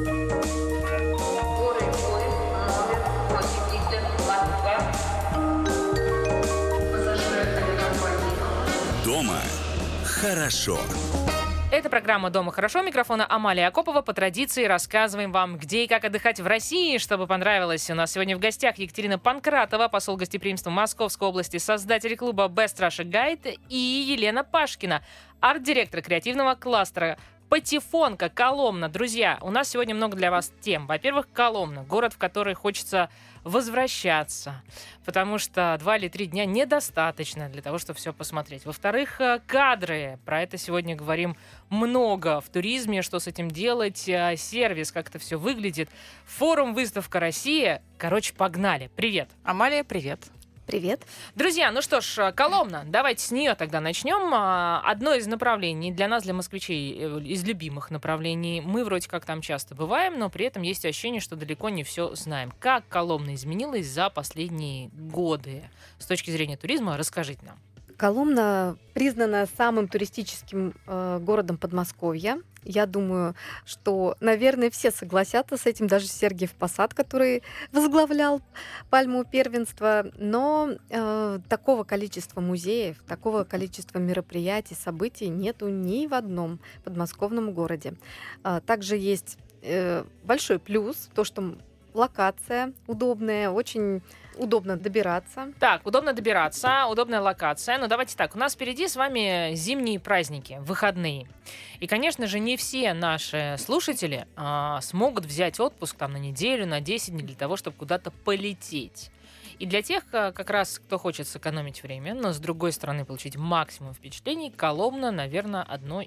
Дома хорошо. Это программа «Дома хорошо». Микрофона Амалия Акопова. По традиции рассказываем вам, где и как отдыхать в России, чтобы понравилось. У нас сегодня в гостях Екатерина Панкратова, посол гостеприимства Московской области, создатель клуба Best Russia Guide, и Елена Пашкина, арт-директор креативного кластера Патефонка, Коломна. Друзья, у нас сегодня много для вас тем. Во-первых, Коломна, город, в который хочется возвращаться, потому что 2 или 3 дня недостаточно для того, чтобы все посмотреть. Во-вторых, кадры. Про это сегодня говорим много в туризме, что с этим делать, сервис, как это все выглядит. Форум «Выставка Россия». Короче, погнали. Привет. Амалия, привет. Привет. Друзья, ну что ж, Коломна, давайте с нее тогда начнем. Одно из направлений для нас, для москвичей, из любимых направлений. Мы вроде как там часто бываем, но при этом есть ощущение, что далеко не все знаем. Как Коломна изменилась за последние годы? С точки зрения туризма, расскажите нам. Коломна признана самым туристическим городом Подмосковья. Я думаю, что, наверное, все согласятся с этим, даже Сергиев Посад, который возглавлял пальму первенства. Но такого количества музеев, такого количества мероприятий, событий нету ни в одном подмосковном городе. Также есть большой плюс, то, что локация удобная, очень удобно добираться. Так, удобно добираться, удобная локация. Но давайте так, у нас впереди с вами зимние праздники, выходные. И, конечно же, не все наши слушатели смогут взять отпуск там на неделю, на 10 дней для того, чтобы куда-то полететь. И для тех, как раз, кто хочет сэкономить время, но, с другой стороны, получить максимум впечатлений, Коломна, наверное, одна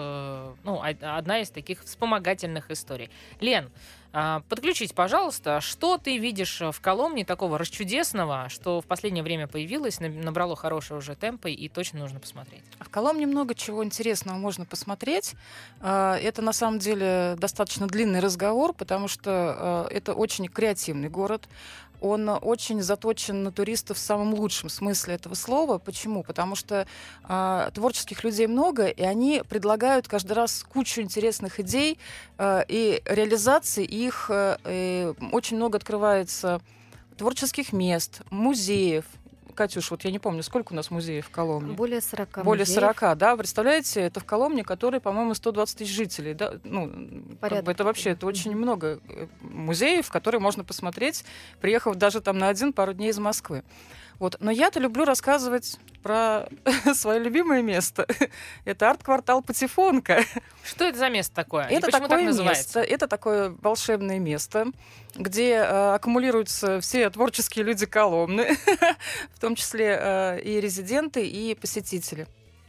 из таких вспомогательных историй. Лен, подключись, пожалуйста, что ты видишь в Коломне такого расчудесного, что в последнее время появилось, набрало хорошие уже темпы и точно нужно посмотреть? В Коломне много чего интересного можно посмотреть. Это, на самом деле, достаточно длинный разговор, потому что это очень креативный город. Он очень заточен на туристов в самом лучшем смысле этого слова. Почему? Потому что творческих людей много, и они предлагают каждый раз кучу интересных идей, и реализации их очень много открывается творческих мест, музеев. Катюш, вот я не помню, сколько у нас музеев в Коломне? Более 40 Более музеев. 40, да. Представляете, это в Коломне, который, по-моему, 120 тысяч жителей. Да? Это вообще это очень много музеев, которые можно посмотреть, приехав даже там на пару дней из Москвы. Вот. Но я-то люблю рассказывать про свое любимое место. Это арт-квартал Патефонка. Что это за место такое? Это почему такое так называется? место, это такое волшебное место, где аккумулируются все творческие люди Коломны, в том числе и резиденты, и посетители.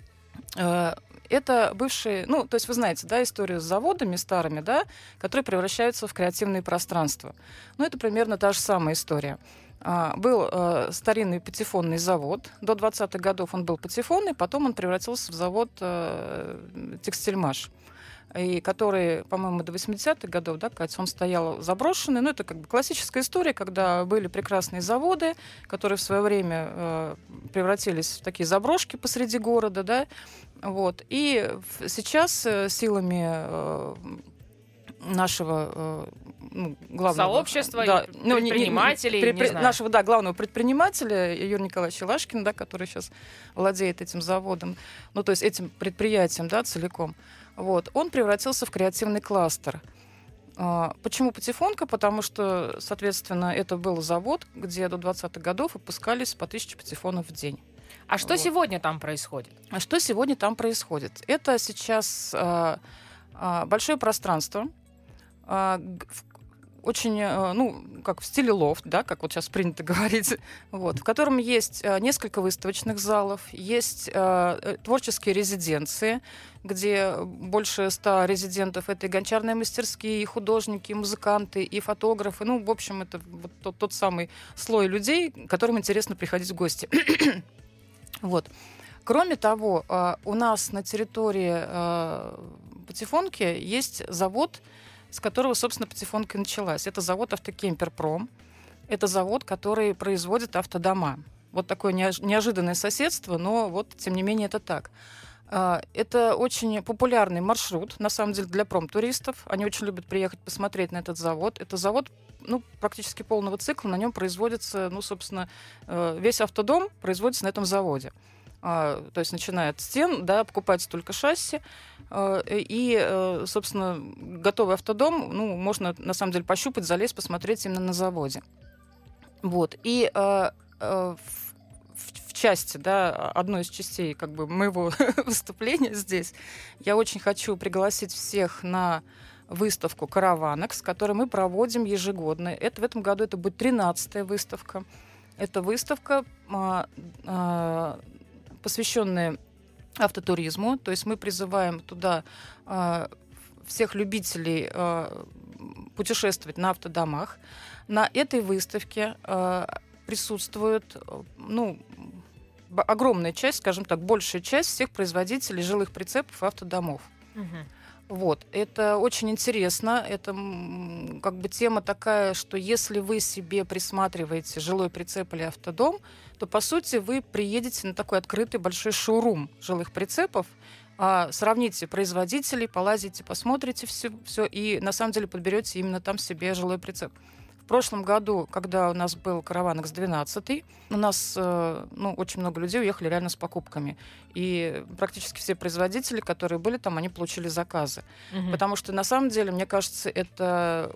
Это бывшие, то есть вы знаете, да, историю с заводами старыми, да, которые превращаются в креативные пространства. Это примерно та же самая история. Был старинный патефонный завод. До 20-х годов он был патефонный, потом он превратился в завод «Текстильмаш», и который, по-моему, до 80-х годов, да, Катя, он стоял заброшенный. Это как бы классическая история, когда были прекрасные заводы, которые в свое время превратились в такие заброшки посреди города, да, вот. И сейчас силами нашего главного сообщества, да, предпринимателей, нашего главного предпринимателя Юрия Николаевича Лашкина, да, который сейчас владеет этим заводом, то есть этим предприятием, да, целиком. Вот. Он превратился в креативный кластер. Почему Патефонка? Потому что, соответственно, это был завод, где до 20-х годов выпускались по 1000 патефонов в день. А что сегодня там происходит? Это сейчас большое пространство, очень, как в стиле лофт, да, как вот сейчас принято говорить, вот, в котором есть несколько выставочных залов, есть творческие резиденции, где больше 100 резидентов. Это и гончарные мастерские, и художники, и музыканты, и фотографы. В общем, это вот тот самый слой людей, которым интересно приходить в гости. Вот. Кроме того, у нас на территории Патефонки есть завод, с которого, собственно, Патефонка и началась. Это завод «Автокемперпром». Это завод, который производит автодома. Вот такое неожиданное соседство, но вот, тем не менее, это так. Это очень популярный маршрут, на самом деле, для промтуристов. Они очень любят приехать посмотреть на этот завод. Это завод, практически полного цикла. На нем производится, собственно, весь автодом производится на этом заводе. То есть, начиная от стен, да, покупается только шасси. И, собственно, готовый автодом, можно, на самом деле, пощупать, залезть, посмотреть именно на заводе. Вот. И в части, да, одной из частей как бы моего выступления здесь, я очень хочу пригласить всех на выставку «Караванекс», которую мы проводим ежегодно. В этом году это будет 13-я выставка. Это выставка, посвященная автотуризму. То есть мы призываем туда всех любителей путешествовать на автодомах. На этой выставке присутствует огромная часть, скажем так, большая часть всех производителей жилых прицепов и автодомов. Вот. Это очень интересно. Это как бы тема такая, что если вы себе присматриваете жилой прицеп или автодом, то, по сути, вы приедете на такой открытый большой шоурум жилых прицепов, сравните производителей, полазите, посмотрите все и, на самом деле, подберете именно там себе жилой прицеп. В прошлом году, когда у нас был Караванекс 12, у нас очень много людей уехали реально с покупками. И практически все производители, которые были там, они получили заказы. Потому что, на самом деле, мне кажется, это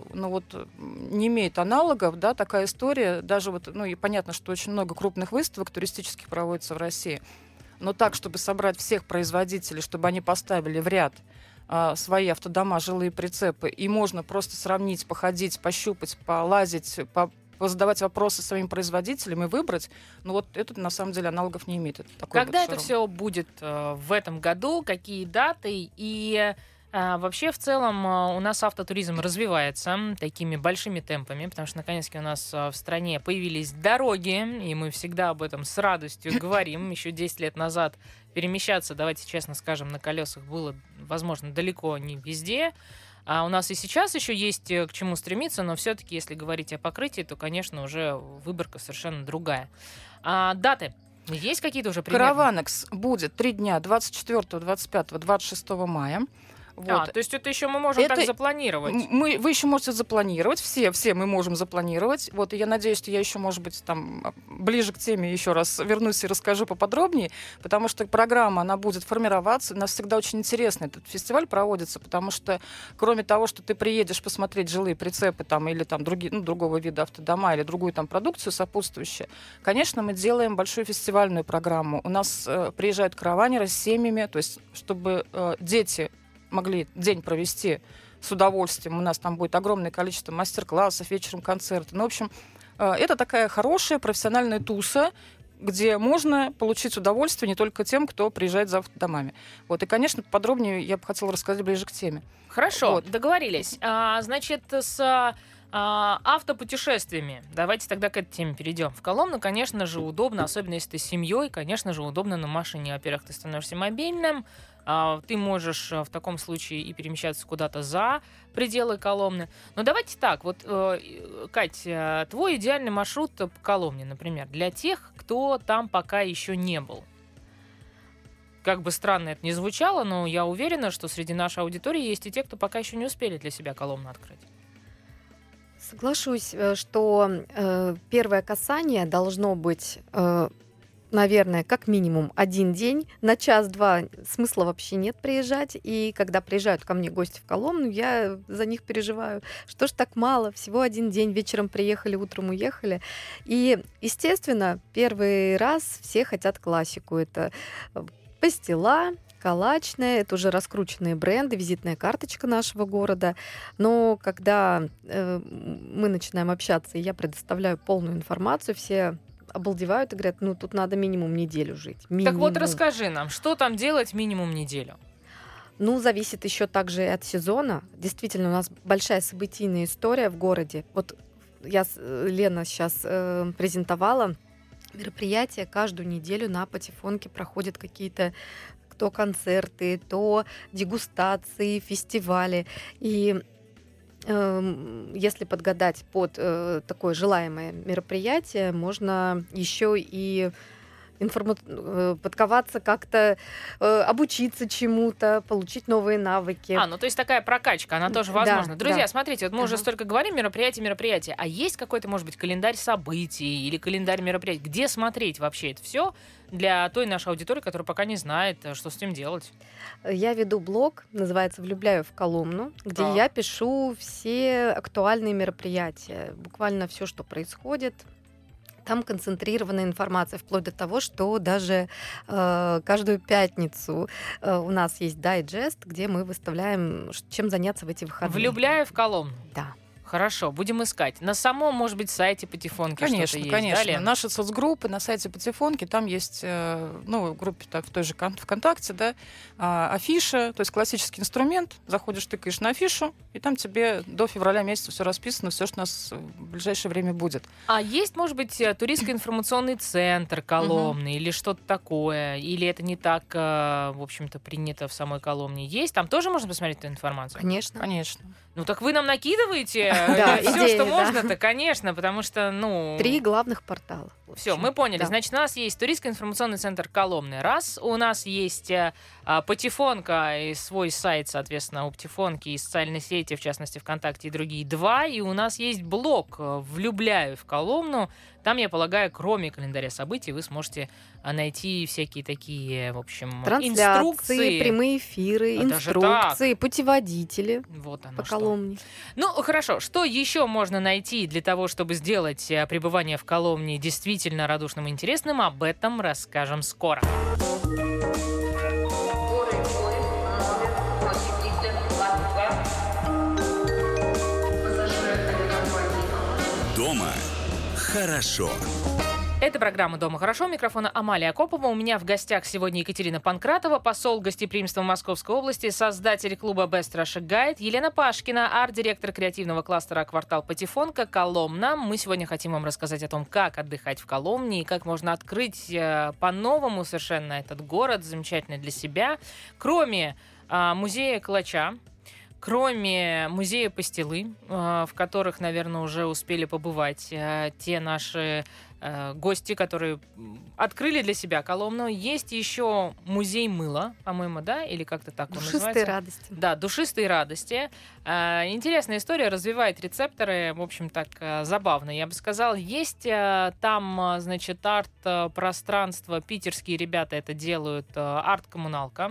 не имеет аналогов, да, такая история. Даже и понятно, что очень много крупных выставок туристических проводится в России. Но так, чтобы собрать всех производителей, чтобы они поставили в ряд свои автодома, жилые прицепы, и можно просто сравнить, походить, пощупать, полазить, задавать вопросы своим производителям и выбрать, это на самом деле аналогов не имеет. Когда это все будет в этом году, какие даты и вообще в целом у нас автотуризм развивается такими большими темпами, потому что наконец-таки у нас в стране появились дороги, и мы всегда об этом с радостью говорим. Еще 10 лет назад перемещаться, давайте честно скажем, на колесах было, возможно, далеко не везде. А у нас и сейчас еще есть к чему стремиться, но все-таки, если говорить о покрытии, то, конечно, уже выборка совершенно другая. Даты. Есть какие-то уже примеры? Караванекс будет 3 дня, 24, 25, 26 мая. Вот. То есть это еще мы можем так запланировать? Вы еще можете запланировать, все мы можем запланировать. Вот, и я надеюсь, что я еще, может быть, там ближе к теме еще раз вернусь и расскажу поподробнее, потому что программа, она будет формироваться. У нас всегда очень интересно этот фестиваль проводится, потому что кроме того, что ты приедешь посмотреть жилые прицепы там, или там другого вида автодома или другую там продукцию сопутствующую, конечно, мы делаем большую фестивальную программу. У нас приезжают караванеры с семьями, то есть чтобы дети могли день провести с удовольствием. У нас там будет огромное количество мастер-классов, вечером концерты. В общем, это такая хорошая профессиональная туса, где можно получить удовольствие не только тем, кто приезжает за автодомами. Вот. И, конечно, подробнее я бы хотела рассказать ближе к теме. Хорошо, договорились. Значит, с автопутешествиями. Давайте тогда к этой теме перейдем. В Коломну, конечно же, удобно, особенно если ты с семьей, конечно же, удобно на машине. Во-первых, ты становишься мобильным, ты можешь в таком случае и перемещаться куда-то за пределы Коломны. Но давайте так, Кать, твой идеальный маршрут по Коломне, например, для тех, кто там пока еще не был. Как бы странно это ни звучало, но я уверена, что среди нашей аудитории есть и те, кто пока еще не успели для себя Коломну открыть. Соглашусь, что первое касание должно быть, наверное, как минимум 1 день. На час-два смысла вообще нет приезжать. И когда приезжают ко мне гости в Коломну, я за них переживаю. Что ж так мало? Всего 1 день. Вечером приехали, утром уехали. И, естественно, первый раз все хотят классику. Это пастила, калачная, это уже раскрученные бренды, визитная карточка нашего города. Но когда мы начинаем общаться, и я предоставляю полную информацию, все обалдевают и говорят, тут надо минимум неделю жить. Минимум. Так вот расскажи нам, что там делать минимум неделю? Зависит еще также и от сезона. Действительно, у нас большая событийная история в городе. Вот Лена сейчас презентовала мероприятия. Каждую неделю на Патефонке проходят какие-то то концерты, то дегустации, фестивали. И если подгадать под такое желаемое мероприятие, можно еще и подковаться как-то, обучиться чему-то, получить новые навыки. Ну то есть такая прокачка, она тоже возможна. Друзья, да. смотрите, вот мы уже столько говорим, мероприятия, а есть какой-то, может быть, календарь событий или календарь мероприятий? Где смотреть вообще это все для той нашей аудитории, которая пока не знает, что с этим делать? Я веду блог, называется «Влюбляю в Коломну», где Так. я пишу все актуальные мероприятия, буквально все, что происходит. Там концентрированная информация, вплоть до того, что даже каждую пятницу у нас есть дайджест, где мы выставляем, чем заняться в эти выходные. Влюбляю в Коломну. Да. Хорошо, будем искать. На самом, может быть, сайте Патефонки Конечно, что-то есть, конечно. да, Лен? Наши соцгруппы на сайте Патефонки, там есть, в группе в той же ВКонтакте, да, афиша, то есть классический инструмент. Заходишь, тыкаешь на афишу, и там тебе до февраля месяца все расписано, все, что у нас в ближайшее время будет. А есть, может быть, туристско-информационный центр Коломны или что-то такое? Или это не так, в общем-то, принято в самой Коломне? Есть? Там тоже можно посмотреть эту информацию? Конечно. Конечно. Ну так вы нам накидываете Да, все, идеи, что да. можно-то, конечно, потому что, 3 главных портала. в Все, общем. мы поняли. Да. Значит, у нас есть туристско-информационный центр Коломны. Раз. У нас есть Патефонка и свой сайт, соответственно, у Патефонки и социальные сети, в частности, ВКонтакте и другие. 2. И у нас есть блог «Влюбляю в Коломну». Там, я полагаю, кроме календаря событий, вы сможете найти всякие такие, в общем, Трансляции, инструкции. прямые эфиры, А даже инструкции, путеводители Вот оно по что. Коломне. Ну, хорошо. Что еще можно найти для того, чтобы сделать пребывание в Коломне действительно радушным и интересным? Об этом расскажем скоро. Дома хорошо. Это программа «Дома хорошо». У микрофона Амалия Акопова. У меня в гостях сегодня Екатерина Панкратова, посол гостеприимства Московской области, создатель клуба Best Russia Guide, Елена Пашкина, арт-директор креативного кластера «Квартал Патефонка», Коломна. Мы сегодня хотим вам рассказать о том, как отдыхать в Коломне и как можно открыть по-новому совершенно этот город, замечательный для себя. Кроме музея Калача, кроме музея Пастилы, в которых, наверное, уже успели побывать те наши гости, которые открыли для себя Коломну, есть еще музей мыла, по-моему, да? Или как-то так он Душистые называется? радости. Да, душистые радости. Интересная история, развивает рецепторы, в общем, так забавно, я бы сказала. Есть там, значит, арт-пространство, питерские ребята это делают, арт-коммуналка.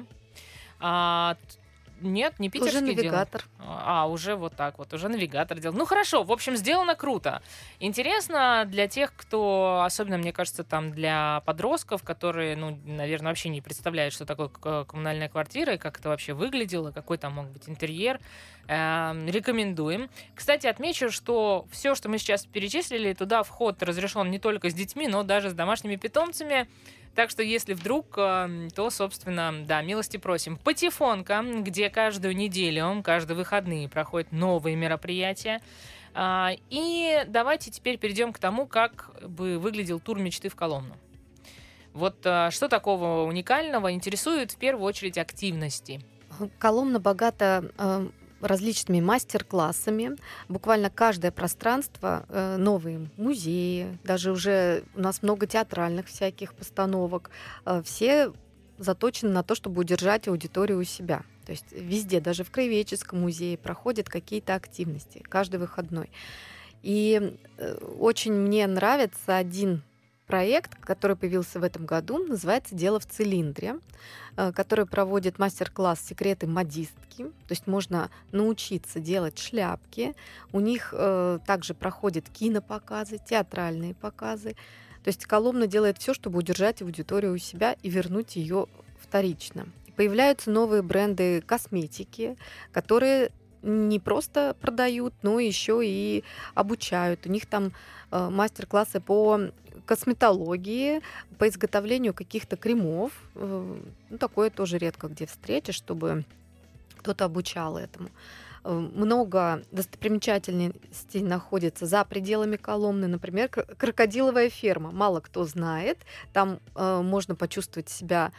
Нет, не питерский Уже делал. навигатор. Уже вот так вот, уже навигатор делал. Ну хорошо, в общем, сделано круто. Интересно для тех, кто, особенно, мне кажется, там для подростков, которые, наверное, вообще не представляют, что такое коммунальная квартира и как это вообще выглядело, какой там мог быть интерьер. Рекомендуем. Кстати, отмечу, что все, что мы сейчас перечислили, туда вход разрешен не только с детьми, но даже с домашними питомцами. Так что, если вдруг, то, собственно, да, милости просим. Патефонка, где каждую неделю, каждые выходные проходят новые мероприятия. И давайте теперь перейдем к тому, как бы выглядел тур мечты в Коломну. Вот что такого уникального интересует в первую очередь активности? Коломна богата различными мастер-классами. Буквально каждое пространство, новые музеи, даже уже у нас много театральных всяких постановок, все заточены на то, чтобы удержать аудиторию у себя. То есть везде, даже в Краеведческом музее проходят какие-то активности, каждый выходной. И очень мне нравится один проект, который появился в этом году, называется «Дело в цилиндре», который проводит мастер-класс «Секреты модистки». То есть можно научиться делать шляпки. У них также проходят кинопоказы, театральные показы. То есть Коломна делает все, чтобы удержать аудиторию у себя и вернуть ее вторично. Появляются новые бренды косметики, которые не просто продают, но еще и обучают. У них там мастер-классы по косметологии, по изготовлению каких-то кремов. Такое тоже редко где встретишь, чтобы кто-то обучал этому. Много достопримечательностей находится за пределами Коломны. Например, крокодиловая ферма. Мало кто знает. Там можно почувствовать себя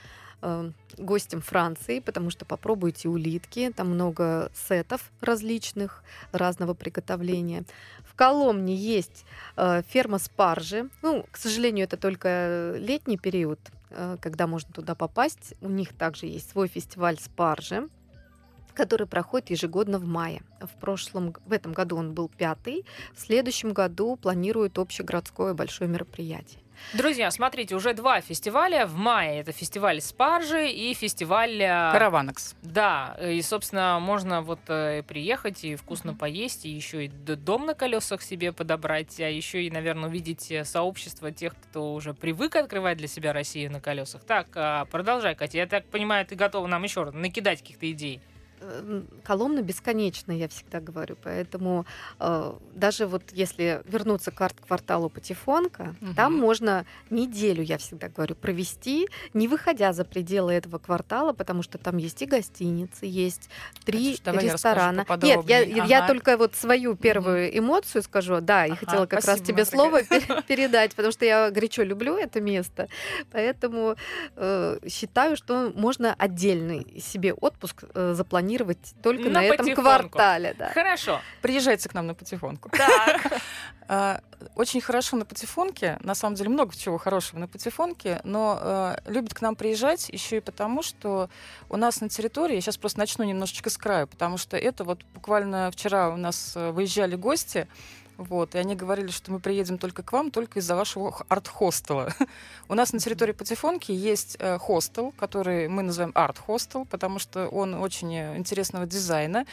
гостем Франции, потому что попробуйте улитки. Там много сетов различных, разного приготовления. В Коломне есть ферма спаржи. Ну, к сожалению, это только летний период, когда можно туда попасть. У них также есть свой фестиваль спаржи, который проходит ежегодно в мае. В этом году он был 5-й. В следующем году планируют общегородское большое мероприятие. Друзья, смотрите, уже 2 фестиваля в мае. Это фестиваль спаржи и фестиваль... Караванекс. Да, и, собственно, можно вот приехать и вкусно поесть, и еще и дом на колесах себе подобрать, а еще и, наверное, увидеть сообщество тех, кто уже привык открывать для себя Россию на колесах. Так, продолжай, Катя. Я так понимаю, ты готова нам еще раз накидать каких-то идей. Коломна бесконечна, я всегда говорю, поэтому даже вот если вернуться к арт-кварталу Патефонка, там можно неделю, я всегда говорю, провести, не выходя за пределы этого квартала, потому что там есть и гостиницы, есть 3 ресторана. Нет, я только вот свою первую эмоцию скажу, да, и хотела как раз тебе слово передать, потому что я горячо люблю это место, поэтому считаю, что можно отдельный себе отпуск запланировать только на этом квартале. Да. Хорошо. Приезжайте к нам на Патефонку. Так. Очень хорошо на Патефонке. На самом деле много чего хорошего на Патефонке, но любят к нам приезжать еще и потому, что у нас на территории, я сейчас просто начну немножечко с краю, потому что это вот буквально вчера у нас выезжали гости, вот, и они говорили, что мы приедем только к вам, только из-за вашего арт-хостела. У нас на территории Патефонки есть хостел, который мы называем арт-хостел, потому что он очень интересного дизайна.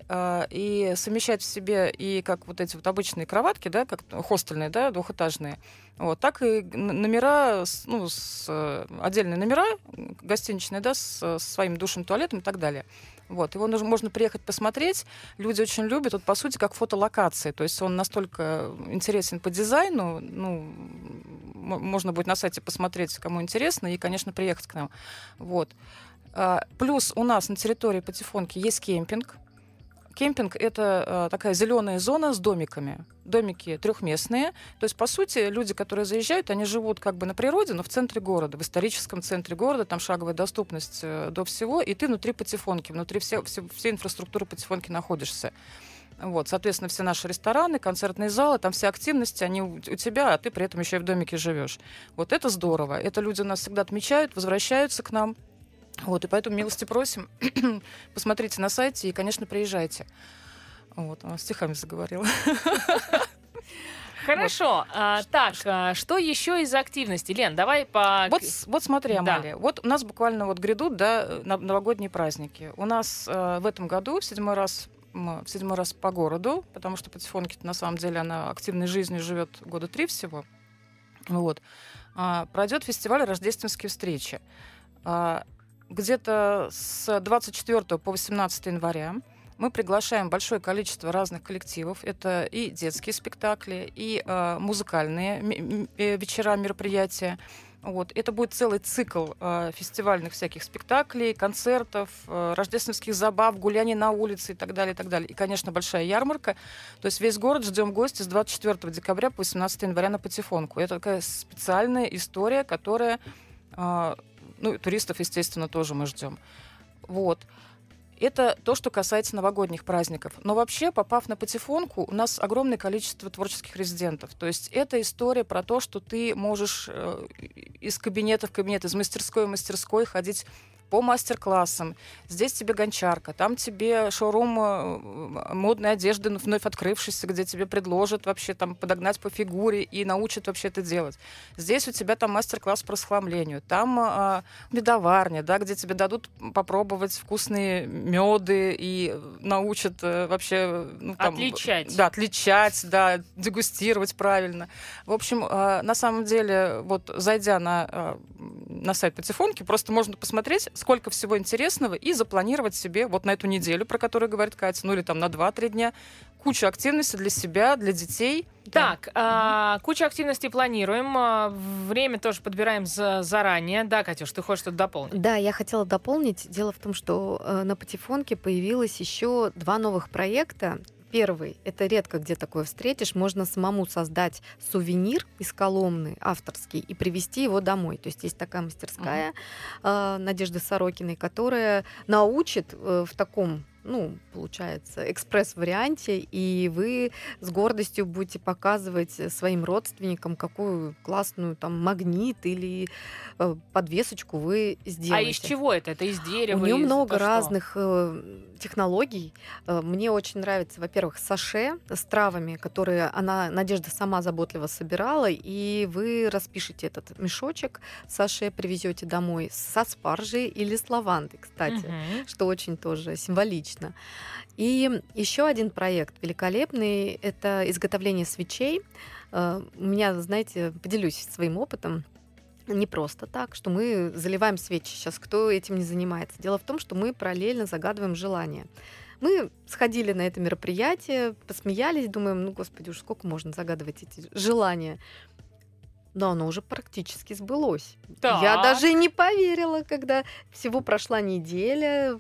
И совмещать в себе и как вот эти вот обычные кроватки, да, как хостельные, да, двухэтажные, вот, так и номера, отдельные номера гостиничные, да, с своим душем, туалетом и так далее. Вот, его можно приехать посмотреть. Люди очень любят. Вот, по сути, как фотолокации. То есть он настолько интересен по дизайну. Ну, можно будет на сайте посмотреть, кому интересно, и, конечно, приехать к нам. Вот. Плюс у нас на территории Патефонки есть кемпинг. Кемпинг — это такая зеленая зона с домиками. Домики трехместные. То есть, по сути, люди, которые заезжают, они живут как бы на природе, но в центре города, в историческом центре города. Там шаговая доступность до всего. И ты внутри Патефонки, внутри всей инфраструктуры Патефонки находишься. Вот, соответственно, все наши рестораны, концертные залы, там все активности, они у тебя, а ты при этом еще и в домике живешь. Вот это здорово. Это люди у нас всегда отмечают, возвращаются к нам. Вот, и поэтому милости просим, посмотрите на сайте и, конечно, приезжайте. Вот, она стихами заговорила. Хорошо. Вот. Так, что еще из активности? Лен, давай по... Вот смотри, Амалия. Да. Вот у нас буквально вот грядут, да, новогодние праздники. У нас в этом году в седьмой раз по городу, потому что Патефонки на самом деле она активной жизнью живет 3 года всего. Вот. Пройдет фестиваль «Рождественские встречи». Где-то с 24 по 18 января мы приглашаем большое количество разных коллективов. Это и детские спектакли, и музыкальные вечера, мероприятия. Вот. Это будет целый цикл фестивальных всяких спектаклей, концертов, рождественских забав, гуляний на улице и так далее, и так далее. И, конечно, большая ярмарка. То есть весь город ждем гостей с 24 декабря по 18 января на Патефонку. Это такая специальная история, которая... Ну, туристов, естественно, тоже мы ждем. Вот. Это то, что касается новогодних праздников. Но вообще, попав на Патефонку, у нас огромное количество творческих резидентов. То есть это история про то, что ты можешь из кабинета в кабинет, из мастерской в мастерской ходить по мастер-классам. Здесь тебе гончарка, там тебе шоурум модной одежды вновь открывшийся, где тебе предложат вообще там подогнать по фигуре и научат вообще это делать. Здесь у тебя там мастер-класс по расхламлению, там медоварня, да, где тебе дадут попробовать вкусные меды и научат вообще... Ну, там, отличать. Да, отличать, да, дегустировать правильно. В общем, на самом деле, вот зайдя на сайт Патефонки, просто можно посмотреть, сколько всего интересного, и запланировать себе вот на эту неделю, про которую говорит Катя, ну или там на 2-3 дня, кучу активностей для себя, для детей. Так, кучу активностей планируем, время тоже подбираем заранее. Да, Катюш, ты хочешь что-то дополнить? Да, я хотела дополнить. Дело в том, что на Патефонке появилось еще 2 новых проекта. Первый, это редко где такое встретишь, можно самому создать сувенир из Коломны, авторский, и привезти его домой. То есть есть такая мастерская Надежды Сорокиной, которая научит в таком, получается, экспресс-варианте, и вы с гордостью будете показывать своим родственникам, какую классную там магнит или подвесочку вы сделаете. А из чего это? Это из дерева? У нее много что? разных технологий. Мне очень нравится, во-первых, саше с травами, которые Надежда сама заботливо собирала, и вы распишете этот мешочек, саше привезете домой со спаржей или с лавандой, кстати, что очень тоже символично. И еще один проект великолепный — это изготовление свечей. У меня, знаете, поделюсь своим опытом. Не просто так, что мы заливаем свечи. Сейчас кто этим не занимается? Дело в том, что мы параллельно загадываем желания. Мы сходили на это мероприятие, посмеялись, думаем, господи, уж сколько можно загадывать эти желания. Но оно уже практически сбылось. Так. Я даже не поверила, когда всего прошла неделя,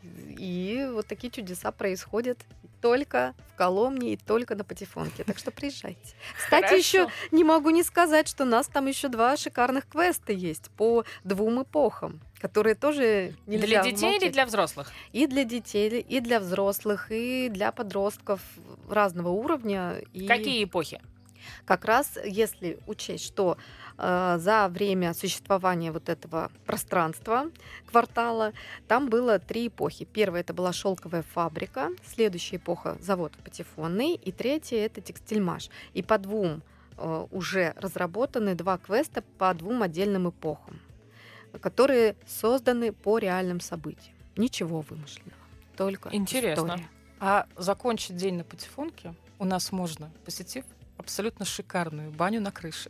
и вот такие чудеса происходят только в Коломне и только на Патефонке. Так что приезжайте. Кстати, Хорошо. еще не могу не сказать, что у нас там еще 2 шикарных квеста есть по 2 эпохам, которые тоже нельзя Для детей или умолчать. для взрослых? И для детей, и для взрослых, и для подростков разного уровня. И Какие эпохи? как раз если учесть, что за время существования вот этого пространства, квартала, там было 3 эпохи. Первая — это была шелковая фабрика, следующая эпоха — завод Патефонный, и третья — это текстильмаш. И по 2 уже разработаны 2 квеста по 2 отдельным эпохам, которые созданы по реальным событиям. Ничего вымышленного, только Интересно. история. А закончить день на Патефонке у нас можно, посетив абсолютно шикарную баню на крыше.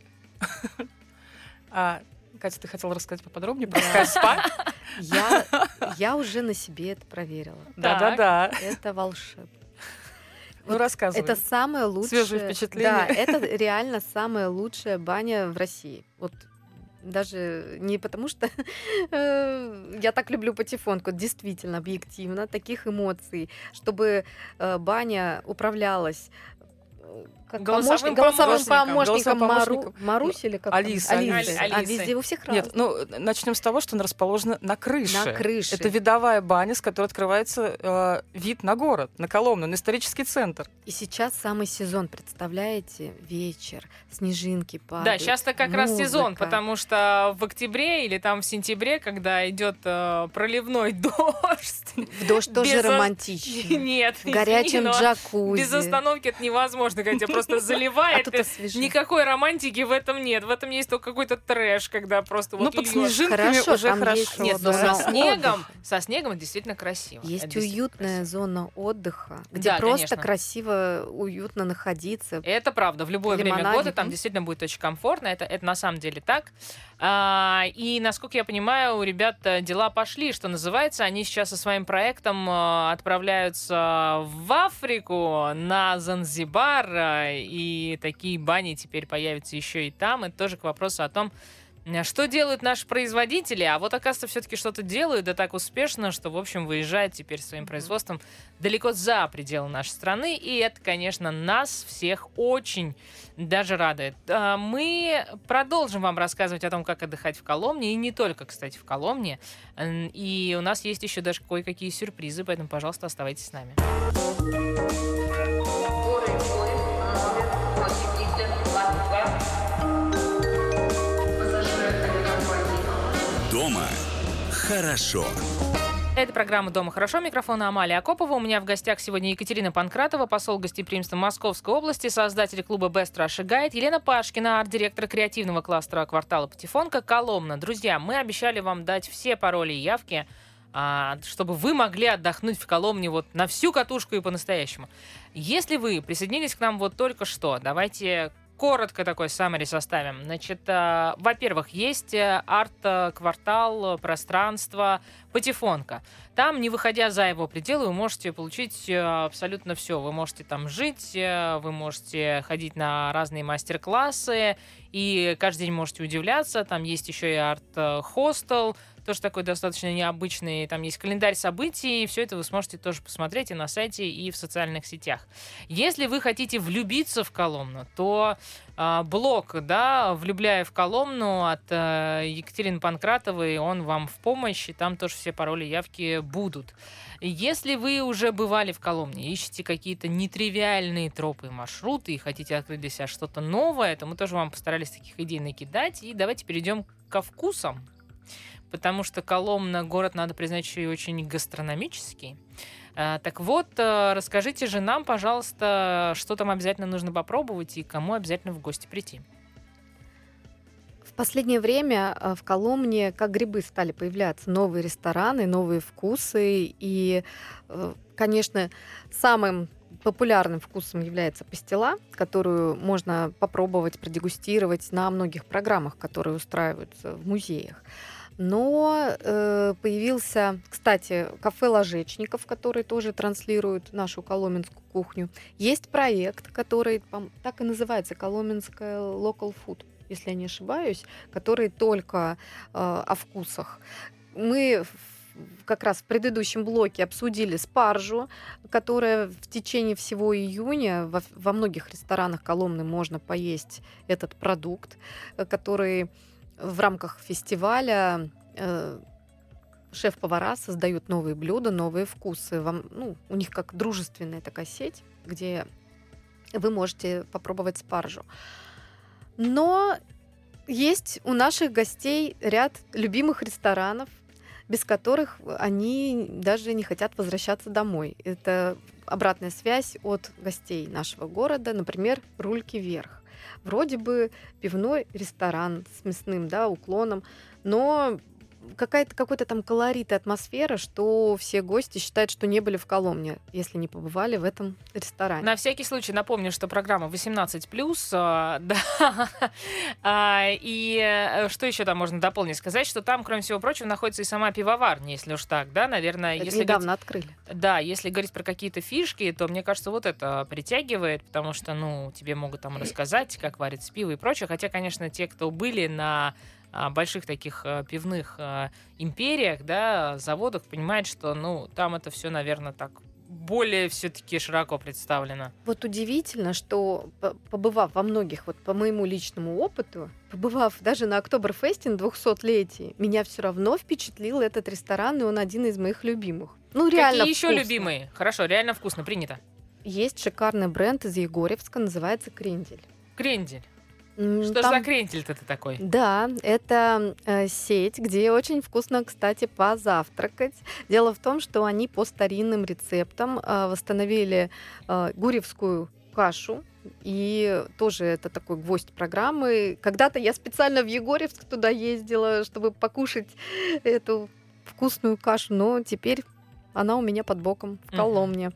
Катя, ты хотела рассказать поподробнее про Скайспа? Я уже на себе это проверила. Да. Это волшебно. Ну, рассказывай. Это самое лучшее. Свежие впечатления. Да, это реально самая лучшая баня в России. Вот даже не потому, что я так люблю Патефонку, действительно, объективно, таких эмоций, чтобы баня управлялась как Голосовым голосовым помощником. помощником Марусь или как Алиса. там? Алисы. А везде у всех Нет, разные. начнем с того, что она расположена на крыше. На крыше. Это видовая баня, с которой открывается вид на город, на Коломну, на исторический центр. И сейчас самый сезон, представляете? Вечер, снежинки падают. Да, сейчас-то как раз сезон, музыка. потому что в октябре или там в сентябре, когда идет проливной дождь. В дождь тоже без романтично. Нет, В горячем извини, но джакузи. без остановки это невозможно, когда тебя просто А заливает. тут и освежит. Никакой романтики в этом нет. В этом есть только какой-то трэш, когда просто вот под льёт. снежинками Хорошо, уже там хорошо. есть Нет, но да. со снегом это действительно красиво. Есть Это действительно уютная красиво. зона отдыха, где Да, просто конечно. красиво, уютно находиться. Это правда. В любое время Лимонадик, года там действительно будет очень комфортно. Это на самом деле так. И, насколько я понимаю, у ребят дела пошли, что называется. Они сейчас со своим проектом отправляются в Африку, на Занзибар. И такие бани теперь появятся еще и там. Это тоже к вопросу о том, что делают наши производители, а вот, оказывается, все-таки что-то делают, да так успешно, что, в общем, выезжает теперь своим производством далеко за пределы нашей страны, и это, конечно, нас всех очень даже радует. Мы продолжим вам рассказывать о том, как отдыхать в Коломне, и не только, кстати, в Коломне, и у нас есть еще даже кое-какие сюрпризы, поэтому, пожалуйста, оставайтесь с нами. Дома хорошо. Это программа «Дома хорошо». Микрофон Амалия Акопова. У меня в гостях сегодня Екатерина Панкратова, посол гостеприимства Московской области, создатель клуба Best Russia Guide, Елена Пашкина, арт-директор креативного кластера квартала Патефонка, Коломна. Друзья, мы обещали вам дать все пароли и явки, чтобы вы могли отдохнуть в Коломне вот на всю катушку и по-настоящему. Если вы присоединились к нам вот только что, давайте коротко такой summary составим. Значит, во-первых, есть арт-квартал, пространство Патефонка. Там, не выходя за его пределы, вы можете получить абсолютно все. Вы можете там жить, вы можете ходить на разные мастер-классы, и каждый день можете удивляться. Там есть еще и арт-хостел, Тоже такой достаточно необычный. Там есть календарь событий. Все это вы сможете тоже посмотреть и на сайте, и в социальных сетях. Если вы хотите влюбиться в Коломну, то блог, да, «Влюбляя в Коломну» от Екатерины Панкратовой, он вам в помощь, и там тоже все пароли, явки будут. Если вы уже бывали в Коломне, ищете какие-то нетривиальные тропы и маршруты и хотите открыть для себя что-то новое, то мы тоже вам постарались таких идей накидать. И давайте перейдем ко вкусам, потому что Коломна — город, надо признать, еще и очень гастрономический. Так вот, расскажите же нам, пожалуйста, что там обязательно нужно попробовать и кому обязательно в гости прийти. В последнее время в Коломне как грибы стали появляться новые рестораны, новые вкусы. И, конечно, самым популярным вкусом является пастила, которую можно попробовать, продегустировать на многих программах, которые устраиваются в музеях. Но появился, кстати, кафе «Ложечников», который тоже транслирует нашу коломенскую кухню. Есть проект, который так и называется «Коломенская Local Food», если я не ошибаюсь, который только о вкусах. Мы как раз в предыдущем блоке обсудили спаржу, которая в течение всего июня во многих ресторанах Коломны можно поесть этот продукт, который в рамках фестиваля шеф-повара создают новые блюда, новые вкусы. У них как дружественная такая сеть, где вы можете попробовать спаржу. Но есть у наших гостей ряд любимых ресторанов, без которых они даже не хотят возвращаться домой. Это обратная связь от гостей нашего города, например, «Рульки вверх». Вроде бы пивной ресторан с мясным, да, уклоном, но какой-то там колорит и атмосфера, что все гости считают, что не были в Коломне, если не побывали в этом ресторане. На всякий случай напомню, что программа 18+, и что еще там можно дополнить? Сказать, что там, кроме всего прочего, находится и сама пивоварня, если уж так, да, наверное. Это недавно открыли. Да, если говорить про какие-то фишки, то, мне кажется, вот это притягивает, потому что, тебе могут там рассказать, как варится пиво и прочее, хотя, конечно, те, кто были на больших таких пивных империях, да, заводах, понимают, что, там это все, наверное, так более все-таки широко представлено. Вот удивительно, что побывав во многих, вот по моему личному опыту, побывав даже на Октоберфесте на 200-летии, меня все равно впечатлил этот ресторан, и он один из моих любимых. Реально Какие еще вкусно. любимые? Хорошо, реально вкусно, принято. Есть шикарный бренд из Егорьевска, называется «Крендель». Крендель. Что Там- за крендель-то ты такой? Да, это сеть, где очень вкусно, кстати, позавтракать. Дело в том, что они по старинным рецептам восстановили гурьевскую кашу. И тоже это такой гвоздь программы. Когда-то я специально в Егорьевск туда ездила, чтобы покушать эту вкусную кашу, но теперь она у меня под боком в Коломне.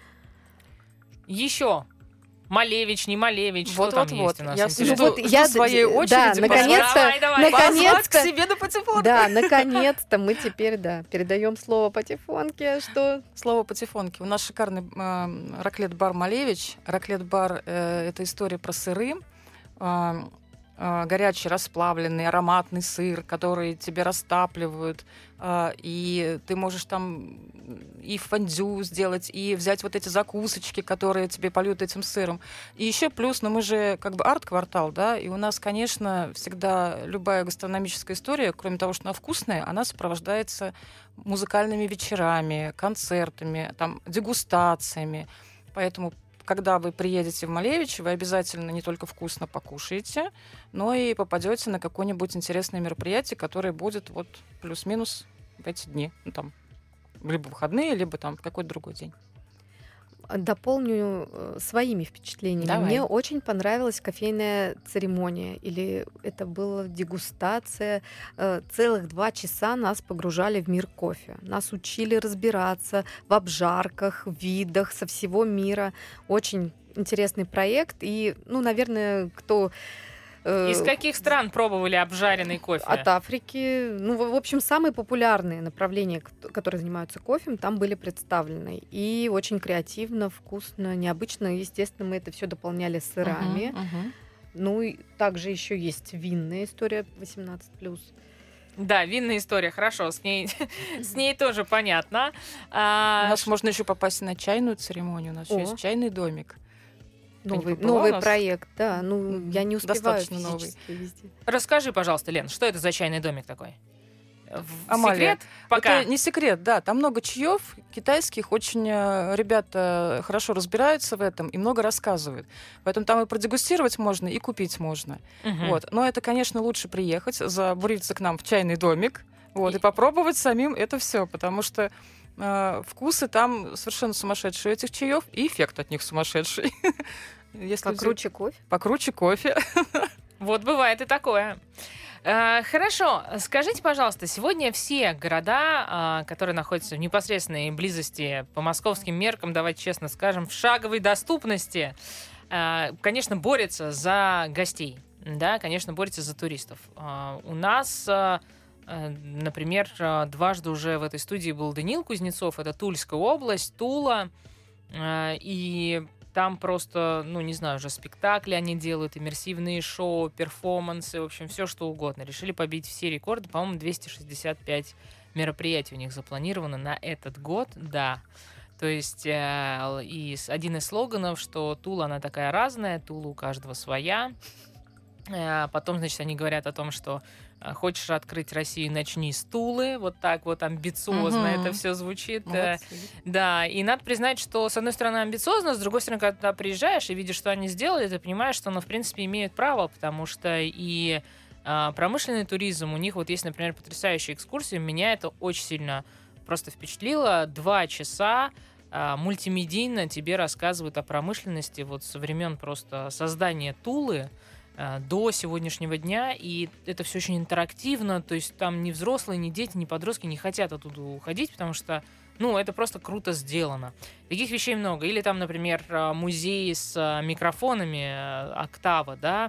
Еще. Малевич, не Малевич, что Вот. там есть у нас? Я интересно? жду своей очереди. наконец-то, Давай. Позвать к себе на патефон. Да, наконец-то мы теперь, передаем слово Патефонке, что Слово патефонки. У нас шикарный раклет-бар «Малевич». Раклет-бар это история про сыры. Горячий, расплавленный, ароматный сыр, который тебе растапливают. И ты можешь там и фондю сделать, и взять вот эти закусочки, которые тебе польют этим сыром. И еще плюс, мы же как бы арт-квартал, да, и у нас, конечно, всегда любая гастрономическая история, кроме того, что она вкусная, она сопровождается музыкальными вечерами, концертами, там, дегустациями. Поэтому когда вы приедете в Малевич, вы обязательно не только вкусно покушаете, но и попадете на какое-нибудь интересное мероприятие, которое будет вот плюс-минус в эти дни. Там, либо выходные, либо там в какой-то другой день. дополню своими впечатлениями. Давай. Мне очень понравилась кофейная церемония, или это была дегустация. Целых 2 часа нас погружали в мир кофе. Нас учили разбираться в обжарках, в видах со всего мира. Очень интересный проект. И, наверное, кто... Из каких стран пробовали обжаренный кофе? От Африки. В общем, самые популярные направления, которые занимаются кофе, там были представлены. И очень креативно, вкусно, необычно. Естественно, мы это все дополняли сырами. И также еще есть винная история 18+. Да, винная история, хорошо, с ней тоже понятно. У нас можно еще попасть на чайную церемонию. У нас О. еще есть чайный домик. Ты не побыла у Новый нас? проект, да. Я не успеваю Достаточно новый. физически везде. Расскажи, пожалуйста, Лен, что это за чайный домик такой? Амалия, Секрет? Пока. Это не секрет, да. Там много чаев китайских, очень ребята хорошо разбираются в этом и много рассказывают. Поэтому там и продегустировать можно, и купить можно. Мгм. Вот. Но это, конечно, лучше приехать, забуриться к нам в чайный домик, и попробовать самим это все, потому что вкусы там совершенно сумасшедшие у этих чаев, и эффект от них сумасшедший. Если Покруче кофе. покруче кофе. Вот бывает и такое. Хорошо, скажите, пожалуйста, сегодня все города, которые находятся в непосредственной близости по московским меркам, давайте честно скажем, в шаговой доступности, конечно, борются за гостей, да, конечно, борются за туристов. У нас, например, дважды уже в этой студии был Даниил Кузнецов, это Тульская область, Тула, и там просто, не знаю, уже спектакли они делают, иммерсивные шоу, перформансы, в общем, все что угодно. Решили побить все рекорды. По-моему, 265 мероприятий у них запланировано на этот год, да. То есть один из слоганов, что Тула, она такая разная, Тула у каждого своя. Потом, значит, они говорят о том, что хочешь открыть Россию, начни с Тулы. Вот так вот амбициозно это все звучит. Молодцы. Да, и надо признать, что, с одной стороны, амбициозно, с другой стороны, когда ты приезжаешь и видишь, что они сделали, ты понимаешь, что, в принципе, имеют право, потому что и промышленный туризм, у них вот есть, например, потрясающая экскурсия, меня это очень сильно просто впечатлило. 2 часа мультимедийно тебе рассказывают о промышленности вот со времен просто создания Тулы до сегодняшнего дня, и это все очень интерактивно, то есть там ни взрослые, ни дети, ни подростки не хотят оттуда уходить, потому что, это просто круто сделано. Таких вещей много. Или там, например, музей с микрофонами «Октава», да,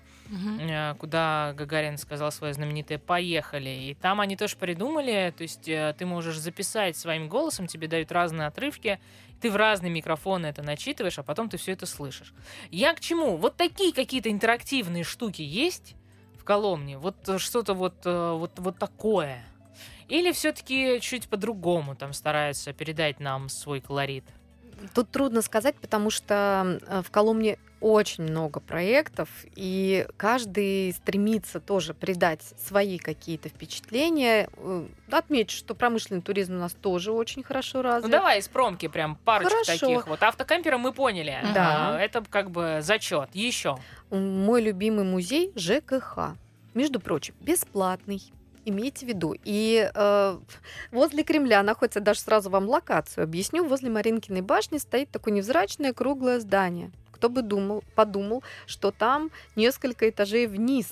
куда Гагарин сказал свое знаменитое «Поехали». И там они тоже придумали, то есть ты можешь записать своим голосом, тебе дают разные отрывки, ты в разные микрофоны это начитываешь, а потом ты все это слышишь. Я к чему? Вот такие какие-то интерактивные штуки есть в Коломне? Вот что-то вот такое? Или все-таки чуть по-другому там стараются передать нам свой колорит? Тут трудно сказать, потому что в Коломне очень много проектов, и каждый стремится тоже придать свои какие-то впечатления. Отмечу, что промышленный туризм у нас тоже очень хорошо развит. Давай из промки прям парочку Хорошо. таких вот. Автокамперы мы поняли. Да. Это как бы зачет. Еще. Мой любимый музей ЖКХ. Между прочим, бесплатный. Имейте в виду. И возле Кремля находится, даже сразу вам локацию объясню, возле Маринкиной башни стоит такое невзрачное круглое здание. Кто бы подумал, что там несколько этажей вниз.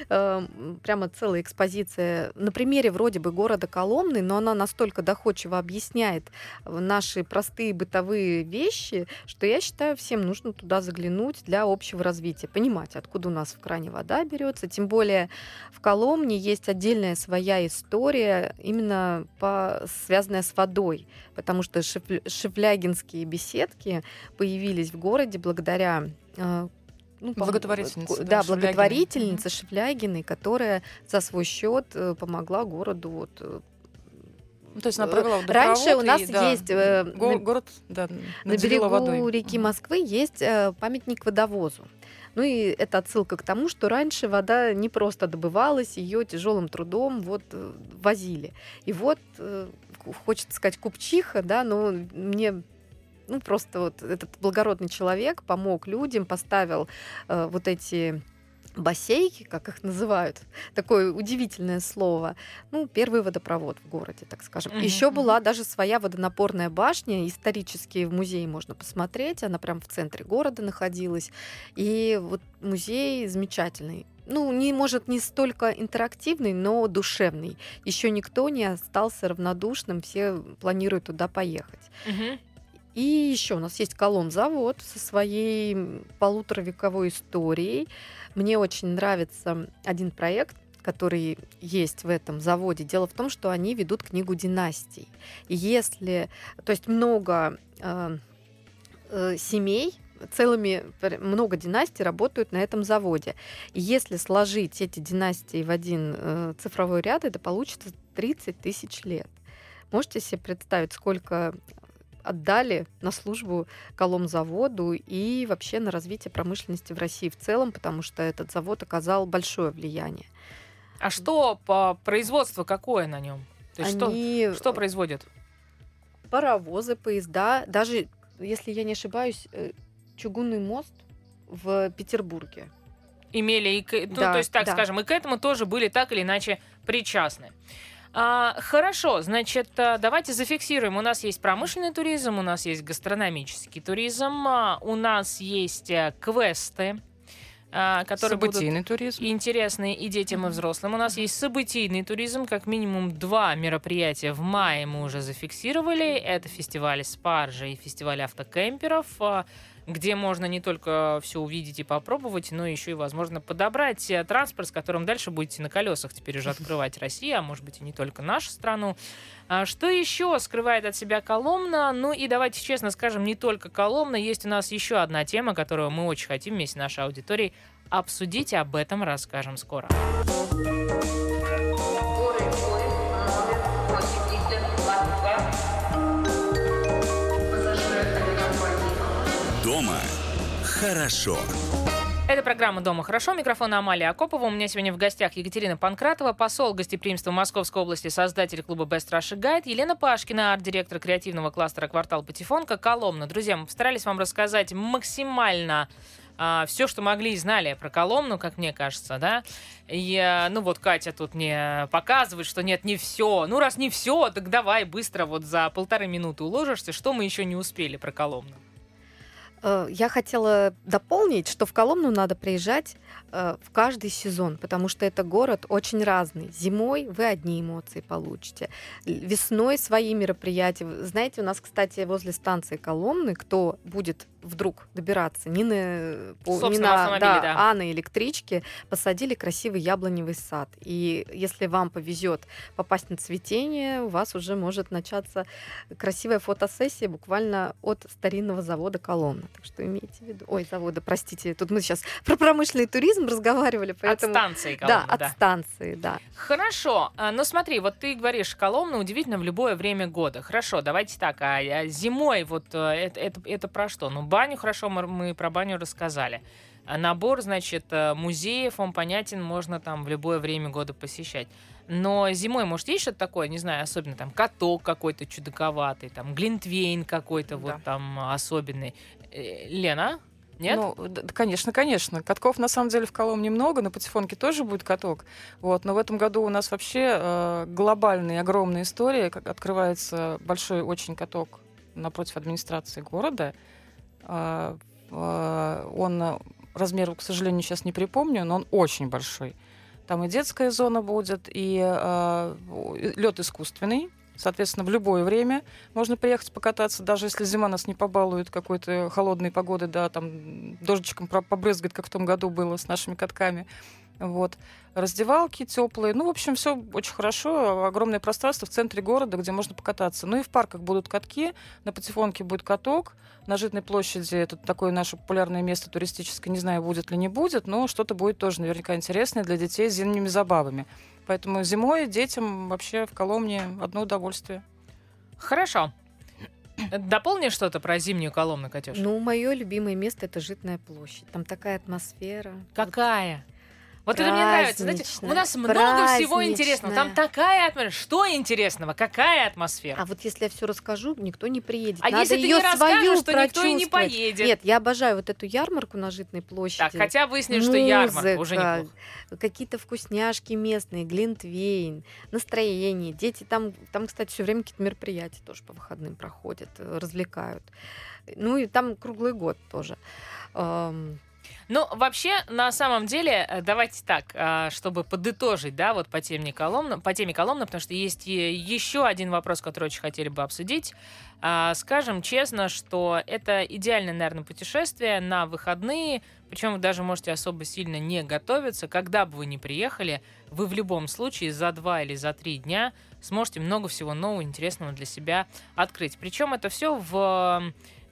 Прямо целая экспозиция на примере вроде бы города Коломны, но она настолько доходчиво объясняет наши простые бытовые вещи, что я считаю, всем нужно туда заглянуть для общего развития, понимать, откуда у нас в кране вода берется. Тем более в Коломне есть отдельная своя история, именно связанная с водой, потому что шефлягинские беседки появились в городе благодаря Благотворительница. Да, благотворительница Шефлягиной, которая за свой счет помогла городу. То есть она провела Раньше у нас и, есть город на наделила берегу водой. реки Москвы есть памятник водовозу. И это отсылка к тому, что раньше вода не просто добывалась, ее тяжелым трудом возили. И хочется сказать купчиха, да, но мне просто этот благородный человек помог людям, поставил эти бассейки, как их называют, такое удивительное слово. Первый водопровод в городе, так скажем. Еще была даже своя водонапорная башня, исторически в музее можно посмотреть, она прям в центре города находилась. И музей замечательный. Может, не столько интерактивный, но душевный. Еще никто не остался равнодушным, все планируют туда поехать. И еще у нас есть Коломзавод со своей 1,5-вековой историей. Мне очень нравится один проект, который есть в этом заводе. Дело в том, что они ведут книгу династий. И то есть много семей много династий работают на этом заводе. И если сложить эти династии в один цифровой ряд, это получится 30 тысяч лет. Можете себе представить, сколько отдали на службу Коломзаводу и вообще на развитие промышленности в России в целом, потому что этот завод оказал большое влияние. А что по производству какое на нем? То есть что производят? Паровозы, поезда, даже, если я не ошибаюсь, чугунный мост в Петербурге. Имели, Да, то есть, так да. скажем, и к этому тоже были так или иначе причастны. Хорошо, значит, давайте зафиксируем. У нас есть промышленный туризм, у нас есть гастрономический туризм, у нас есть квесты, которые Событийный будут туризм. интересны и детям, и взрослым. У нас есть событийный туризм, как минимум 2 мероприятия в мае мы уже зафиксировали. Это фестиваль спаржи и фестиваль автокемперов, где можно не только все увидеть и попробовать, но еще и, возможно, подобрать транспорт, с которым дальше будете на колесах теперь уже открывать Россию, а может быть и не только нашу страну. Что еще скрывает от себя Коломна? Ну и давайте честно скажем, не только Коломна. Есть у нас еще одна тема, которую мы очень хотим вместе с нашей аудиторией обсудить, и об этом расскажем скоро. Дома хорошо. Это программа «Дома хорошо». Микрофон Амалия Акопова. У меня сегодня в гостях Екатерина Панкратова, посол гостеприимства Московской области, создатель клуба Best Russia Guide, Елена Пашкина, арт-директор креативного кластера «Квартал Патефонка», Коломна. Друзья, мы постарались вам рассказать максимально все, что могли и знали про Коломну, как мне кажется, да. И, Катя тут мне показывает, что нет, не все. Ну, раз не все, так давай быстро вот за 1,5 минуты уложишься, что мы еще не успели про Коломну. Я хотела дополнить, что в Коломну надо приезжать в каждый сезон, потому что это город очень разный. Зимой вы одни эмоции получите, весной свои мероприятия. Знаете, у нас, кстати, возле станции Коломны, кто будет вдруг добираться не на электричке, посадили красивый яблоневый сад. И если вам повезет попасть на цветение, у вас уже может начаться красивая фотосессия буквально от старинного завода Коломна. Так что имейте в виду. Ой, завода, простите, тут мы сейчас про промышленный туризм разговаривали. Поэтому... От станции Коломна, да. От станции, да. Хорошо. Но смотри, вот ты говоришь, Коломна удивительно в любое время года. Хорошо, давайте так. А зимой вот это про что? Ну, баню, хорошо, мы про баню рассказали. Набор, значит, музеев, он понятен, можно там в любое время года посещать. Но зимой, может, есть что-то такое, не знаю, особенно там каток какой-то чудаковатый, там глинтвейн какой-то вот там особенный. Лена? Нет? Ну, конечно. Катков, на самом деле, в Коломне много, на Патефонке тоже будет каток. Вот. Но в этом году у нас вообще глобальная, огромная история. Как открывается большой очень каток напротив администрации города. Он размер, к сожалению, сейчас не припомню, но он очень большой. Там и детская зона будет, и лед искусственный. Соответственно, в любое время можно приехать покататься, даже если зима нас не побалует какой-то холодной погодой, да, там дождичком побрызгать, как в том году было с нашими катками. Вот. Раздевалки теплые. Ну, в общем, все очень хорошо. Огромное пространство в центре города, где можно покататься. Ну и в парках будут катки, на Патефонке будет каток, на Житной площади это такое наше популярное место туристическое, не знаю, будет ли не будет, но что-то будет тоже наверняка интересное для детей с зимними забавами. Поэтому зимой детям вообще в Коломне одно удовольствие. Хорошо. Дополни что-то про зимнюю Коломну, Катюш. Ну, мое любимое место — это Житная площадь. Там такая атмосфера. Какая? Вот это мне нравится. Знаете, у нас много всего интересного. Там такая атмосфера. Что интересного? Какая атмосфера? А вот если я все расскажу, никто не приедет. А Надо если ты её не расскажешь, свою то никто и не прочувствовать. поедет. Нет, я обожаю вот эту ярмарку на Житной площади. Так, хотя выяснили, что ярмарка уже неплохо. Какие-то вкусняшки местные, глинтвейн, настроение. Дети там, кстати, все время какие-то мероприятия тоже по выходным проходят, развлекают. Ну и там круглый год тоже. Ну, вообще, на самом деле, давайте так, чтобы подытожить, да, вот по теме Коломны, потому что есть еще один вопрос, который очень хотели бы обсудить. Скажем честно, что это идеальное, наверное, путешествие на выходные, причем вы даже можете особо сильно не готовиться. Когда бы вы ни приехали, вы в любом случае за 2 или за 3 дня сможете много всего нового, интересного для себя открыть. Причем это все в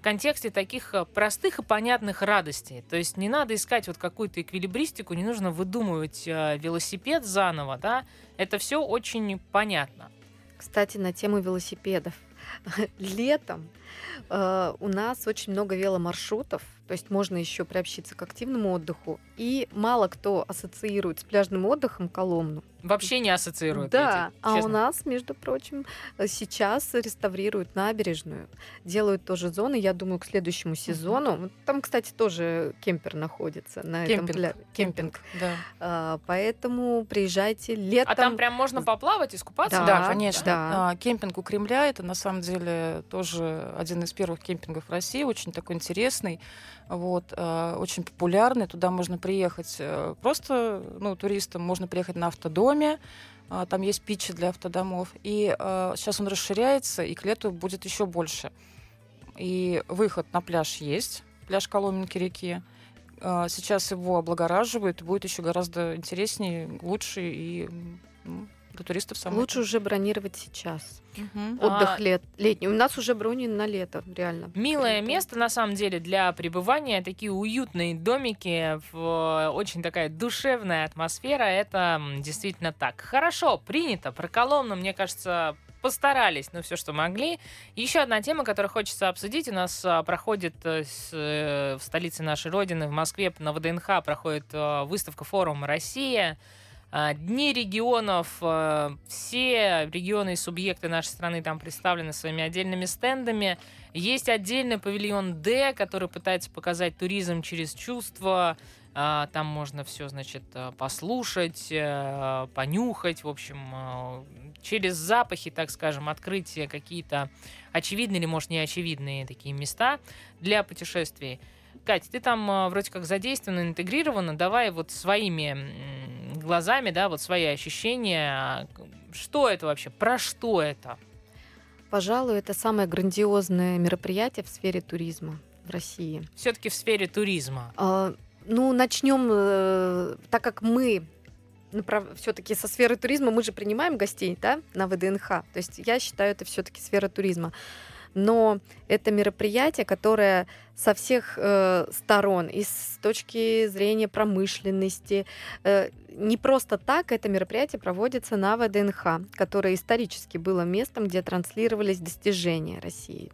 контексте таких простых и понятных радостей. То есть не надо искать вот какую-то эквилибристику, не нужно выдумывать велосипед заново, да, это все очень понятно. Кстати, на тему велосипедов. Летом у нас очень много веломаршрутов, то есть можно еще приобщиться к активному отдыху. И мало кто ассоциирует с пляжным отдыхом Коломну. Вообще не ассоциируют. Да, эти, а у честно. нас, между прочим, сейчас реставрируют набережную, делают тоже зоны. Я думаю, к следующему сезону. Там, кстати, тоже кемпер находится на этом пляже. Кемпинг, да. Поэтому приезжайте летом. А там прям можно поплавать, искупаться? Да, Да, конечно. да. Кемпинг у Кремля — это на самом деле тоже один из первых кемпингов России, очень такой интересный, вот, очень популярный. Туда можно приехать просто, туристам, можно приехать на автодоме, там есть питчи для автодомов, и сейчас он расширяется, и к лету будет еще больше. И выход на пляж есть, пляж Коломенки реки. Сейчас его облагораживают, будет еще гораздо интереснее, лучше, и для туристов самое. Лучше уже бронировать сейчас. Мгм. Отдых летний. У нас уже брони на лето, реально. Милое место, на самом деле, для пребывания. Такие уютные домики, очень такая душевная атмосфера. Это действительно так. Хорошо, принято. Про Коломну, мне кажется, постарались, все, что могли. Еще одна тема, которую хочется обсудить. У нас проходит в столице нашей Родины, в Москве, на ВДНХ, проходит выставка «Форум Россия». Дни регионов, все регионы и субъекты нашей страны там представлены своими отдельными стендами. Есть отдельный павильон «Д», который пытается показать туризм через чувства. Там можно все, послушать, понюхать, в общем, через запахи, так скажем, открыть какие-то очевидные или, может, неочевидные такие места для путешествий. Кать, ты там вроде как задействована, интегрирована. Давай вот своими глазами, да, вот свои ощущения. Что это вообще? Про что это? Пожалуй, это самое грандиозное мероприятие в сфере туризма в России. Все-таки в сфере туризма. Начнем, так как мы все-таки со сферы туризма, мы же принимаем гостей, да, на ВДНХ. То есть я считаю, это все-таки сфера туризма. Но это мероприятие, которое со всех сторон, и с точки зрения промышленности, не просто так это мероприятие проводится на ВДНХ, которое исторически было местом, где транслировались достижения России.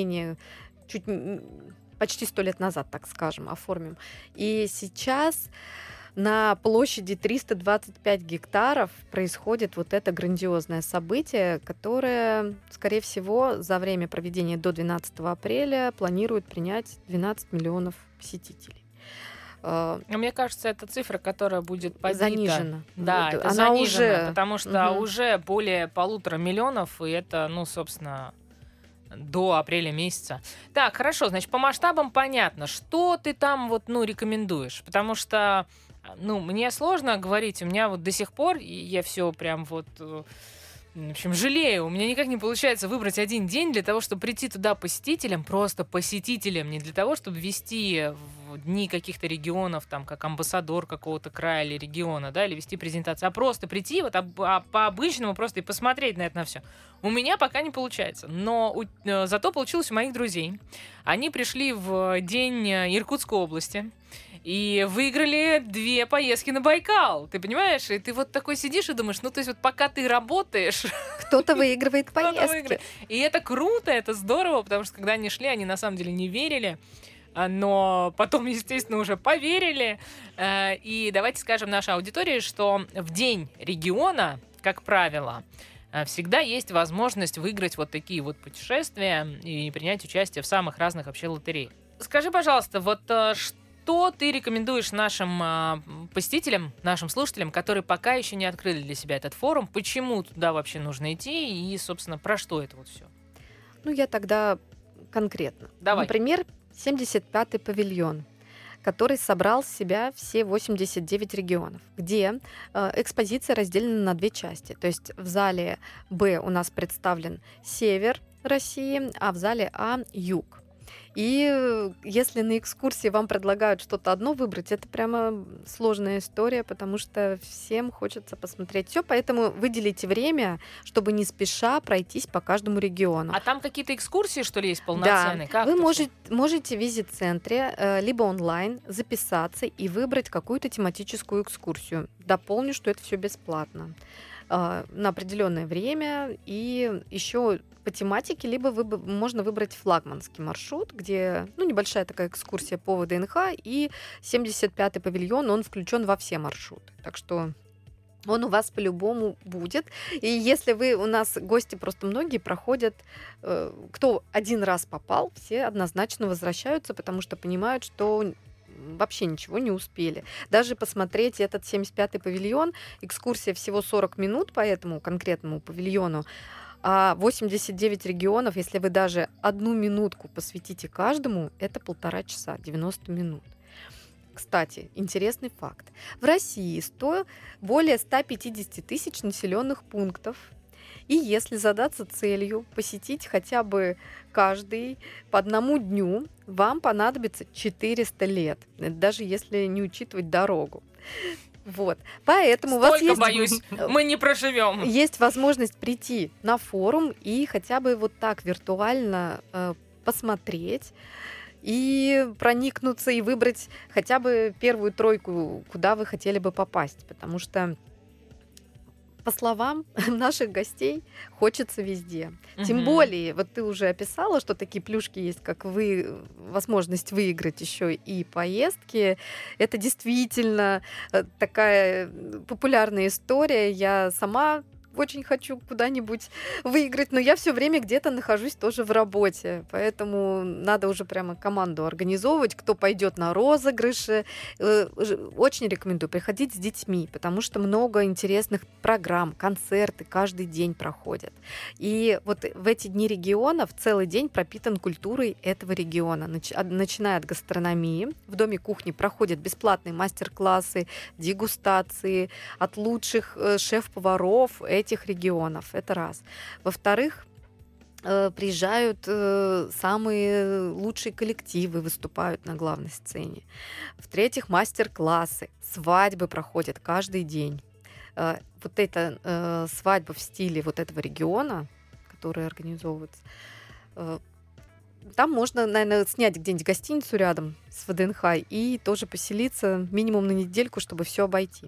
Почти 100 лет назад, так скажем, оформим. И сейчас на площади 325 гектаров происходит вот это грандиозное событие, которое, скорее всего, за время проведения до 12 апреля планирует принять 12 миллионов посетителей. Мне кажется, это цифра, которая будет подбита. Занижена. Да, Вот, это она занижена, уже... потому что уже более 1,5 миллионов, и это, собственно, до апреля месяца. Так, хорошо, значит, по масштабам понятно. Что ты там рекомендуешь? Потому что, мне сложно говорить, у меня до сих пор, я все прям в общем, жалею, у меня никак не получается выбрать один день для того, чтобы прийти туда посетителям, просто посетителям, не для того, чтобы вести в дни каких-то регионов, там, как амбассадор какого-то края или региона, да, или вести презентацию, а просто прийти по-обычному просто и посмотреть на это на все. У меня пока не получается, но зато получилось у моих друзей. Они пришли в день Иркутской области и выиграли 2 поездки на Байкал, ты понимаешь? И ты такой сидишь и думаешь, то есть пока ты работаешь... Кто-то выигрывает поездки. И это круто, это здорово, потому что когда они шли, они на самом деле не верили, но потом, естественно, уже поверили. И давайте скажем нашей аудитории, что в день региона, как правило, всегда есть возможность выиграть такие путешествия и принять участие в самых разных вообще лотереях. Скажи, пожалуйста, что ты рекомендуешь нашим посетителям, нашим слушателям, которые пока еще не открыли для себя этот форум? Почему туда вообще нужно идти и, собственно, про что это все? Я тогда конкретно. Давай. Например, 75-й павильон, который собрал в себя все 89 регионов, где экспозиция разделена на 2 части. То есть в зале Б у нас представлен север России, а в зале А — юг. И если на экскурсии вам предлагают что-то одно выбрать, это прямо сложная история, потому что всем хочется посмотреть все, поэтому выделите время, чтобы не спеша пройтись по каждому региону. А там какие-то экскурсии, что ли, есть полноценные? Да, Как вы это всё? можете в визит-центре либо онлайн записаться и выбрать какую-то тематическую экскурсию. Дополню, что это все бесплатно на определенное время, и еще по тематике, либо можно выбрать флагманский маршрут, где небольшая такая экскурсия по ВДНХ, и 75-й павильон, он включен во все маршруты. Так что он у вас по-любому будет. И если у нас гости просто многие проходят, кто один раз попал, все однозначно возвращаются, потому что понимают, что вообще ничего не успели. Даже посмотреть этот 75-й павильон, экскурсия всего 40 минут по этому конкретному павильону, а 89 регионов, если вы даже 1 минутку посвятите каждому, это 1,5 часа, 90 минут. Кстати, интересный факт. В России более 150 тысяч населенных пунктов. И если задаться целью посетить хотя бы каждый по 1 дню, вам понадобится 400 лет, даже если не учитывать дорогу. Вот. Поэтому Столько, у вас есть, боюсь, мы не проживем. Есть возможность прийти на форум и хотя бы вот так виртуально посмотреть и проникнуться, и выбрать хотя бы первую тройку, куда вы хотели бы попасть. Потому что, по словам наших гостей, хочется везде. Тем более, вот ты уже описала, что такие плюшки есть, как возможность выиграть еще и поездки. Это действительно такая популярная история. Я сама очень хочу куда-нибудь выиграть, но я все время где-то нахожусь тоже в работе, поэтому надо уже прямо команду организовывать, кто пойдет на розыгрыши. Очень рекомендую приходить с детьми, потому что много интересных программ, концерты каждый день проходят. И вот в эти дни регионов целый день пропитан культурой этого региона, начиная от гастрономии. В Доме кухни проходят бесплатные мастер-классы, дегустации от лучших шеф-поваров этих регионов. Это раз. Во-вторых, приезжают самые лучшие коллективы, выступают на главной сцене. В-третьих, мастер-классы, свадьбы проходят каждый день. Вот эта свадьба в стиле вот этого региона, которая организовывается, там можно, наверное, снять где-нибудь гостиницу рядом с ВДНХ и тоже поселиться минимум на недельку, чтобы все обойти.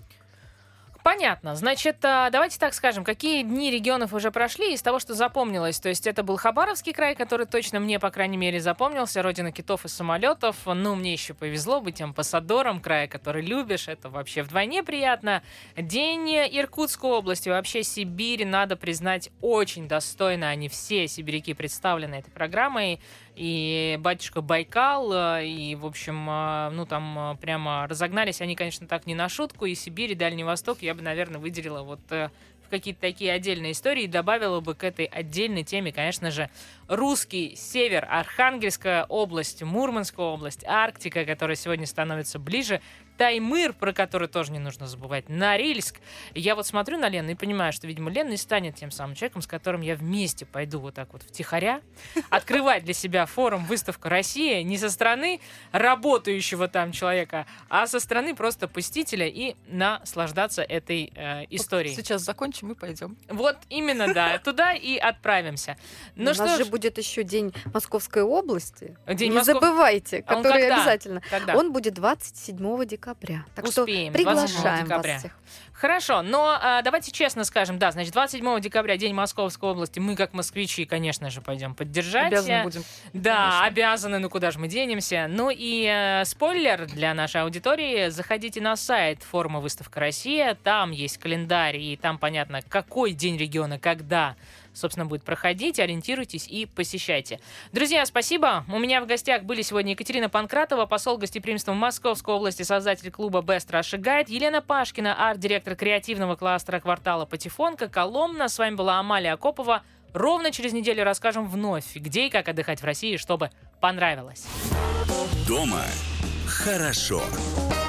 Понятно. Значит, давайте так скажем, какие дни регионов уже прошли из того, что запомнилось. То есть это был Хабаровский край, который точно мне, по крайней мере, запомнился. Родина китов и самолетов. Ну, мне еще повезло быть амбассадором края, который любишь. Это вообще вдвойне приятно. День Иркутской области. Вообще Сибирь, надо признать, очень достойно. Они все сибиряки представлены этой программой. И батюшка Байкал, и, в общем, там прямо разогнались они, конечно, так не на шутку, и Сибирь, и Дальний Восток я бы, наверное, выделила вот в какие-то такие отдельные истории и добавила бы к этой отдельной теме, конечно же, русский север, Архангельская область, Мурманская область, Арктика, которая сегодня становится ближе, Таймыр, про который тоже не нужно забывать, Норильск. Я вот смотрю на Лену и понимаю, что, видимо, Лена и станет тем самым человеком, с которым я вместе пойду вот так вот втихаря открывать для себя форум «Выставка Россия» не со стороны работающего там человека, а со стороны просто посетителя и наслаждаться этой историей. Сейчас закончим и пойдем. Вот именно, да, туда и отправимся. У нас же будет еще День Московской области. День не забывайте, А он который когда? обязательно. Когда? Он будет 27 декабря. Так Успеем, что приглашаем 27 декабря. вас всех. Хорошо, но давайте честно скажем, да, значит, 27 декабря, День Московской области, мы, как москвичи, конечно же, пойдем поддержать. Обязаны будем. Да, Конечно. обязаны, ну куда же мы денемся. Ну и спойлер для нашей аудитории, заходите на сайт форума «Выставка Россия», там есть календарь, и там понятно, какой день региона, когда, собственно, будет проходить. Ориентируйтесь и посещайте. Друзья, спасибо. У меня в гостях были сегодня Екатерина Панкратова, посол гостеприимства в Московской области, создатель клуба Best Russia Guide, Елена Пашкина, арт-директор креативного кластера квартала Патефонка, Коломна. С вами была Амалия Акопова. Ровно через неделю расскажем вновь, где и как отдыхать в России, чтобы понравилось. Дома хорошо.